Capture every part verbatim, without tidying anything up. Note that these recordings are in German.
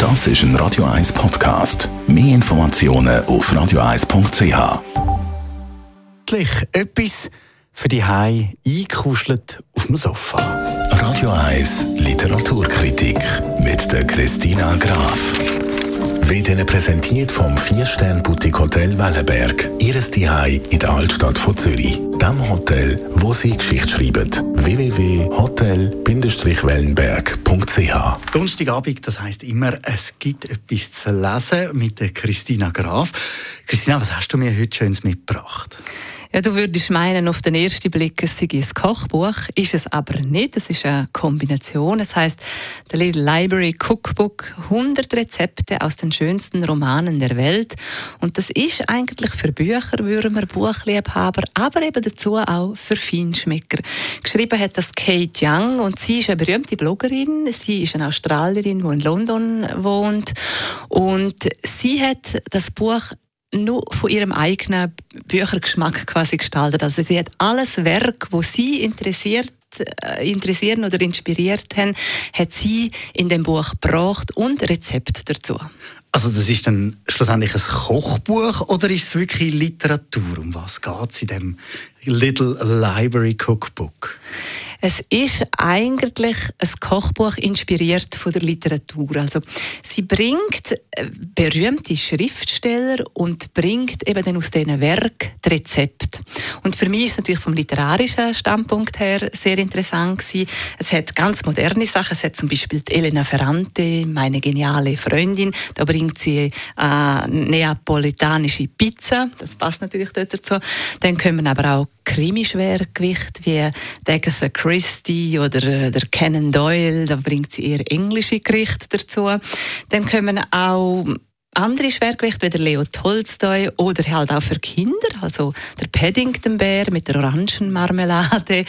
Das ist ein Radio eins Podcast. Mehr Informationen auf radio eins punkt c h. Etwas für die Hause eingekuschelt auf dem Sofa. Radio eins Literaturkritik mit der Christina Graf. Wird Ihnen präsentiert vom vier Sterne Boutique Hotel Wellenberg. Ihres Zuhause in der Altstadt von Zürich. Dem Hotel, wo Sie Geschichte schreiben. w w w punkt hotel bindestrich wellenberg punkt c h. Donnerstagabend, das heisst immer, es gibt etwas zu lesen mit der Christina Graf. Christina, was hast du mir heute Schönes mitgebracht? Ja, du würdest meinen, auf den ersten Blick, es sei ein Kochbuch. Ist es aber nicht. Es ist eine Kombination. Es heisst «The Little Library Cookbook», hundert Rezepte aus den schönsten Romanen der Welt. Und das ist eigentlich für Bücherwürmer, Buchliebhaber, aber eben dazu auch für Feinschmecker. Geschrieben hat das Kate Young und sie ist eine berühmte Bloggerin. Sie ist eine Australierin, die in London wohnt. Und sie hat das Buch nur von ihrem eigenen Büchergeschmack quasi gestaltet. Also sie hat alles Werk, wo sie interessiert, äh, interessieren oder inspiriert haben, hat sie in dem Buch gebracht und Rezepte dazu. Also das ist dann schlussendlich ein Kochbuch oder ist es wirklich Literatur? Um was geht es in dem Little Library Cookbook? Es ist eigentlich ein Kochbuch inspiriert von der Literatur. Also sie bringt berühmte Schriftsteller und bringt eben dann aus diesen Werken die Rezepte. Und für mich ist es natürlich vom literarischen Standpunkt her sehr interessant gewesen. Es hat ganz moderne Sachen. Es hat zum Beispiel die Elena Ferrante, meine geniale Freundin. Da bringt sie äh, neapolitanische Pizza. Das passt natürlich dort dazu. Dann kommen aber auch Krimischwergewichte wie Agatha Christie oder der Conan Doyle, da bringt sie eher englische Gerichte dazu. Dann kommen auch andere Schwergewichte wie der Leo Tolstoi oder halt auch für Kinder, also der Paddington-Bär mit der Orangenmarmelade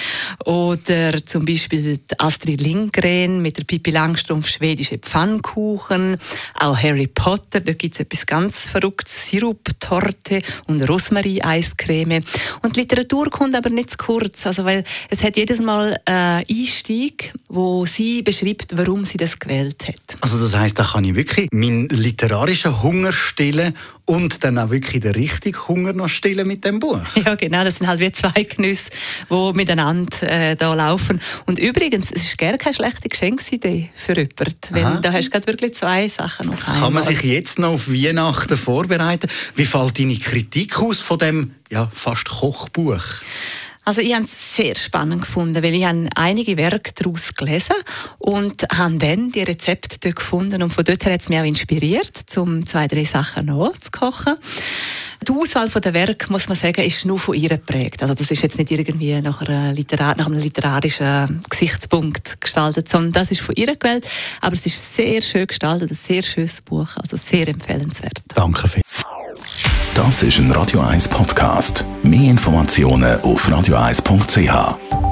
oder zum Beispiel Astrid Lindgren mit der Pippi Langstrumpf schwedische Pfannkuchen, auch Harry Potter, da gibt es etwas ganz Verrücktes, Siruptorte und Rosmarie-Eiscreme. Und die Literatur kommt aber nicht zu kurz, also weil es hat jedes Mal einen Einstieg, wo sie beschreibt, warum sie das gewählt hat. Also das heisst, da kann ich wirklich meinen literarischen Hunger stillen und dann auch wirklich den richtigen Hunger noch stillen mit dem Buch. Ja, genau. Das sind halt wie zwei Genüsse, die miteinander äh, da laufen. Und übrigens, es ist gar keine schlechte Geschenksidee für jemanden, weil da hast du gerade wirklich zwei Sachen auf einmal. Kann man sich jetzt noch auf Weihnachten vorbereiten? Wie fällt deine Kritik aus von dem ja, fast Kochbuch? Also ich habe es sehr spannend gefunden, weil ich habe einige Werke daraus gelesen und habe dann die Rezepte dort gefunden und von dort her hat es mich auch inspiriert, um zwei, drei Sachen nachzukochen. Die Auswahl der Werke, muss man sagen, ist nur von ihr geprägt. Also das ist jetzt nicht irgendwie nach, einer Literar- nach einem literarischen Gesichtspunkt gestaltet, sondern das ist von ihr gewählt. Aber es ist sehr schön gestaltet, ein sehr schönes Buch, also sehr empfehlenswert. Danke viel. Das ist ein Radio eins Podcast. Mehr Informationen auf radio eins punkt c h.